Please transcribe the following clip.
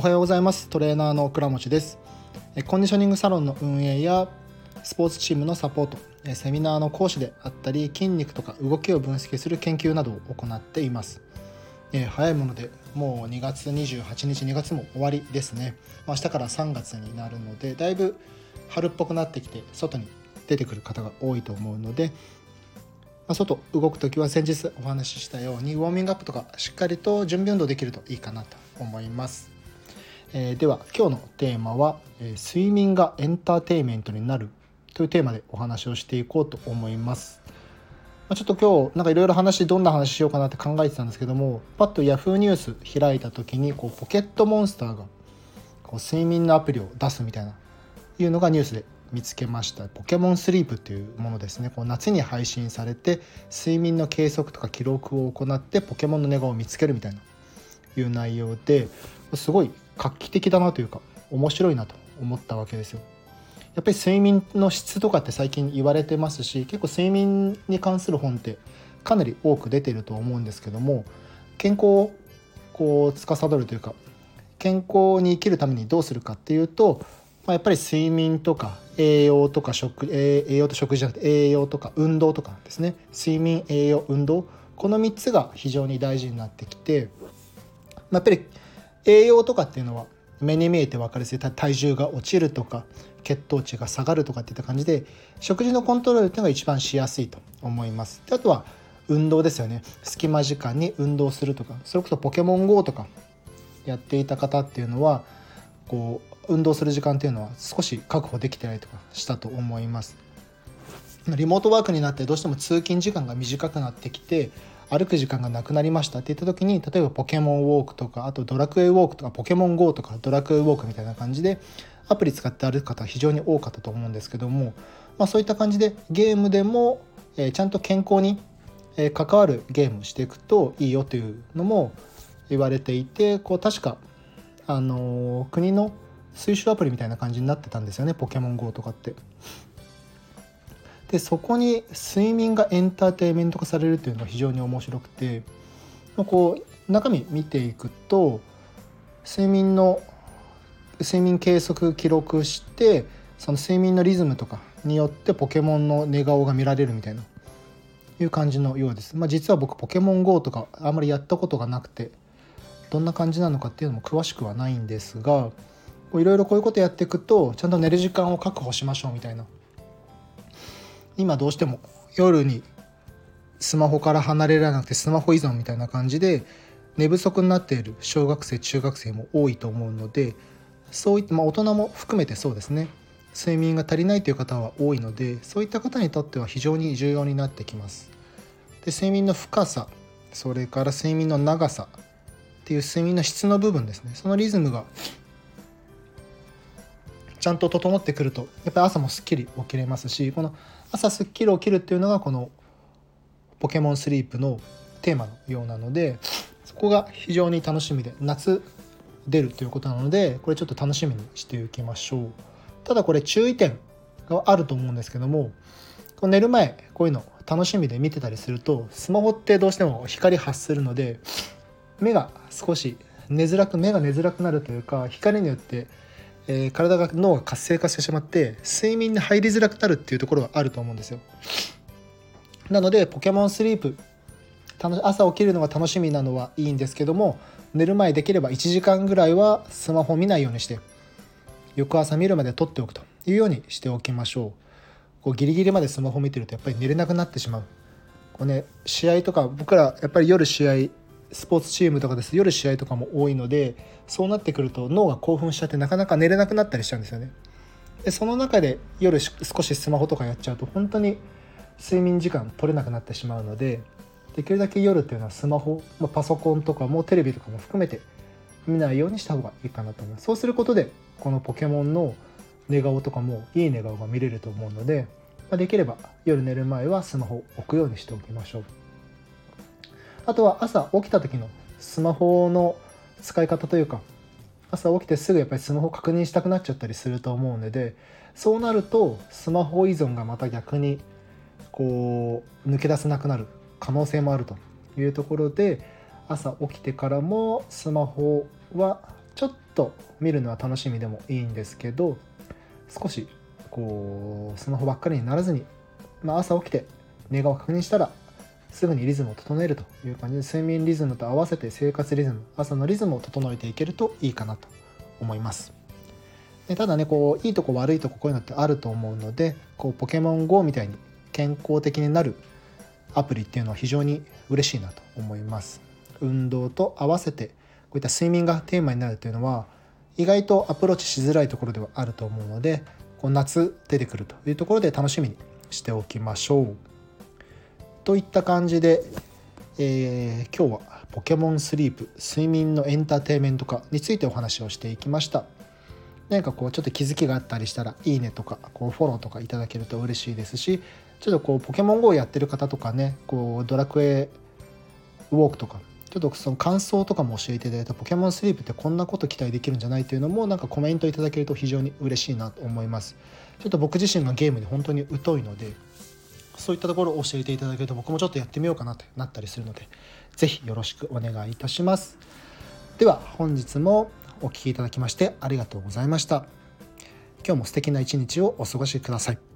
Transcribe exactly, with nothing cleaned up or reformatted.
はようございます。トレーナーの倉持です。コンディショニングサロンの運営やスポーツチームのサポート、セミナーの講師であったり、筋肉とか動きを分析する研究などを行っています。えー、早いものでもうにがつにじゅうはちにち、にがつも終わりですね。明日からさんがつになるので、だいぶ春っぽくなってきて外に出てくる方が多いと思うので、まあ、外動くときは先日お話ししたようにウォーミングアップとかしっかりと準備運動できるといいかなと思います。えー、では今日のテーマは、えー、睡眠がエンターテインメントになるというテーマでお話をしていこうと思います。まあ、ちょっと今日なんかいろいろ話どんな話しようかなって考えてたんですけども、パッとヤフーニュース開いた時にこうポケットモンスターがこう睡眠のアプリを出すみたいないうのがニュースで見つけました。ポケモンスリープというものですね。こう夏に配信されて睡眠の計測とか記録を行ってポケモンの寝顔を見つけるみたいないう内容で、すごい画期的だなというか面白いなと思ったわけですよ。やっぱり睡眠の質とかって最近言われてますし、結構睡眠に関する本ってかなり多く出ていると思うんですけども、健康をこう司るというか健康に生きるためにどうするかっていうと、まあ、やっぱり睡眠とか栄養とか食栄養と食事じゃなくて栄養とか運動とかですね。睡眠、栄養、運動、このみっつが非常に大事になってきて、まあ、やっぱり栄養とかっていうのは目に見えて分かるし、体重が落ちるとか血糖値が下がるとかっていった感じで、食事のコントロールっていうのが一番しやすいと思います。であとは運動ですよね。隙間時間に運動するとか、それこそポケモン ゴー とかやっていた方っていうのはこう運動する時間っていうのは少し確保できてたりとかしたと思います。リモートワークになってどうしても通勤時間が短くなってきて歩く時間がなくなりましたって言った時に、例えばポケモンウォークとか、あとドラクエウォークとかポケモン ゴー とかドラクエウォークみたいな感じでアプリ使って歩く方非常に多かったと思うんですけども、まあ、そういった感じでゲームでも、えー、ちゃんと健康に、えー、関わるゲームをしていくといいよというのも言われていて、こう確か、あのー、国の推奨アプリみたいな感じになってたんですよね、ポケモン ゴー とかって。でそこに睡眠がエンターテインメント化されるっていうのが非常に面白くて、こう中身見ていくと睡眠の睡眠計測記録して、その睡眠のリズムとかによってポケモンの寝顔が見られるみたいないう感じのようです。まあ、実は僕ポケモン ゴー とかあんまりやったことがなくてどんな感じなのかっていうのも詳しくはないんですが、いろいろこういうことやっていくとちゃんと寝る時間を確保しましょうみたいな。今どうしても夜にスマホから離れられなくてスマホ依存みたいな感じで寝不足になっている小学生中学生も多いと思うので、そういった、まあ、大人も含めてそうですね、睡眠が足りないという方は多いので、そういった方にとっては非常に重要になってきます。で睡眠の深さ、それから睡眠の長さっていう睡眠の質の部分ですね、そのリズムがちゃんと整ってくるとやっぱり朝もすっきり起きれますし、この朝すっきり起きるっていうのがこのポケモンスリープのテーマのようなので、そこが非常に楽しみで、夏出るということなのでこれちょっと楽しみにしておきましょう。ただこれ注意点があると思うんですけども、寝る前こういうの楽しみで見てたりするとスマホってどうしても光発するので目が少し寝づらく目が寝づらくなるというか、光によってえー、体が脳が活性化してしまって睡眠に入りづらくなるっていうところがあると思うんですよ。なのでポケモンスリープ、朝起きるのが楽しみなのはいいんですけども、寝る前できればいちじかんぐらいはスマホを見ないようにして翌朝見るまで取っておくというようにしておきましょう。こうギリギリまでスマホ見てるとやっぱり寝れなくなってしまう。こう、ね、試合とか僕らやっぱり夜試合スポーツチームとかです夜試合とかも多いので、そうなってくると脳が興奮しちゃってなかなか寝れなくなったりしちゃうんですよね。でその中で夜少しスマホとかやっちゃうと本当に睡眠時間取れなくなってしまうので、できるだけ夜っていうのはスマホ、パソコンとかもテレビとかも含めて見ないようにした方がいいかなと思います。そうすることでこのポケモンの寝顔とかもいい寝顔が見れると思うので、できれば夜寝る前はスマホを置くようにしておきましょう。あとは朝起きた時のスマホの使い方というか、朝起きてすぐやっぱりスマホ確認したくなっちゃったりすると思うので、そうなるとスマホ依存がまた逆にこう抜け出せなくなる可能性もあるというところで、朝起きてからもスマホはちょっと見るのは楽しみでもいいんですけど、少しこうスマホばっかりにならずに、まあ、朝起きて寝顔を確認したらすぐにリズムを整えるという感じで、睡眠リズムと合わせて生活リズム、朝のリズムを整えていけるといいかなと思います。でただね、こういいとこ悪いとここういうのってあると思うので、こうポケモン ゴー みたいに健康的になるアプリっていうのは非常に嬉しいなと思います。運動と合わせてこういった睡眠がテーマになるというのは意外とアプローチしづらいところではあると思うので、こう夏出てくるというところで楽しみにしておきましょうといった感じで、えー、今日はポケモンスリープ、睡眠のエンターテインメント化についてお話をしていきました。何かこうちょっと気づきがあったりしたらいいねとかこうフォローとかいただけると嬉しいですし、ちょっとこうポケモン ゴー やってる方とかね、こうドラクエウォークとかちょっとその感想とかも教えていただいた、ポケモンスリープってこんなこと期待できるんじゃないというのもなんかコメントいただけると非常に嬉しいなと思います。ちょっと僕自身がゲームに本当に疎いので、そういったところを教えていただけると僕もちょっとやってみようかなとなったりするので、ぜひよろしくお願いいたします。では本日もお聞きいただきましてありがとうございました。今日も素敵な一日をお過ごしください。